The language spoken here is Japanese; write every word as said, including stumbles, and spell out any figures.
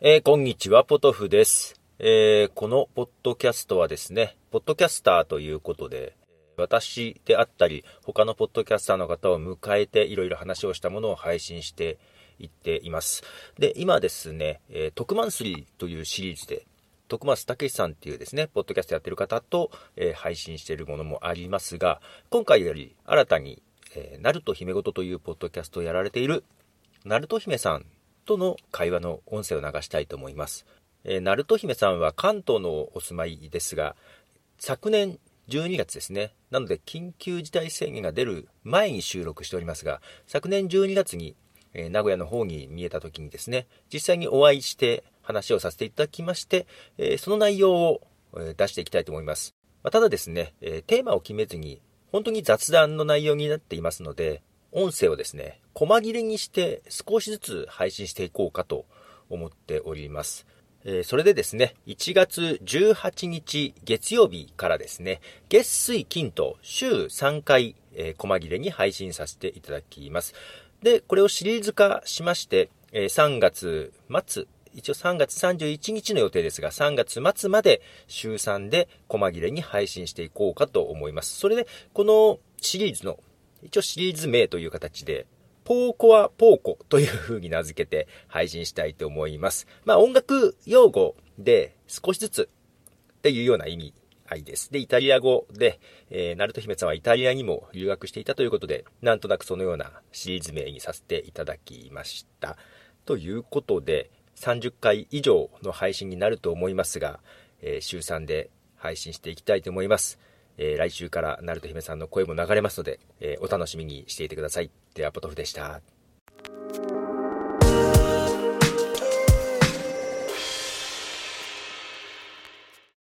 えー、こんにちは、ポトフです。えー、このポッドキャストはですね、ポッドキャスターということで、私であったり、他のポッドキャスターの方を迎えていろいろ話をしたものを配信していっています。で、今ですね、えー、特マンスリーというシリーズで、徳松武さんっていうですね、ポッドキャストやってる方と、えー、配信しているものもありますが、今回より新たに、えー、ナルト姫ごとというポッドキャストをやられている、ナルト姫さんとの会話の音声を流したいと思います。えー、ナルト姫さんは関東のお住まいですが、昨年じゅうにがつですね、なので緊急事態宣言が出る前に収録しておりますが、昨年じゅうにがつに、えー、名古屋の方に見えた時にですね、実際にお会いして話をさせていただきまして、えー、その内容を、えー、出していきたいと思います。まあ、ただですね、えー、テーマを決めずに本当に雑談の内容になっていますので、音声をですね、細切れにして少しずつ配信していこうかと思っております。えー、それでですね、いちがつじゅうはちにち月曜日からですね、月水金と週さんかい、えー、細切れに配信させていただきます。で、これをシリーズ化しまして、えー、さんがつ末、一応さんがつさんじゅういちにちの予定ですが、さんがつ末まで週さんで細切れに配信していこうかと思います。それで、このシリーズの一応シリーズ名という形で、ポーコはポーコという風に名付けて配信したいと思います。まあ音楽用語で少しずつっていうような意味合いです。で、イタリア語で、えー、ナルト姫さんはイタリアにも留学していたということで、なんとなくそのようなシリーズ名にさせていただきました。ということで、さんじゅっかい以上の配信になると思いますが、えー、週さんで配信していきたいと思います。えー、来週からナルト姫さんの声も流れますので、えー、お楽しみにしていてください。では、ポトフでした。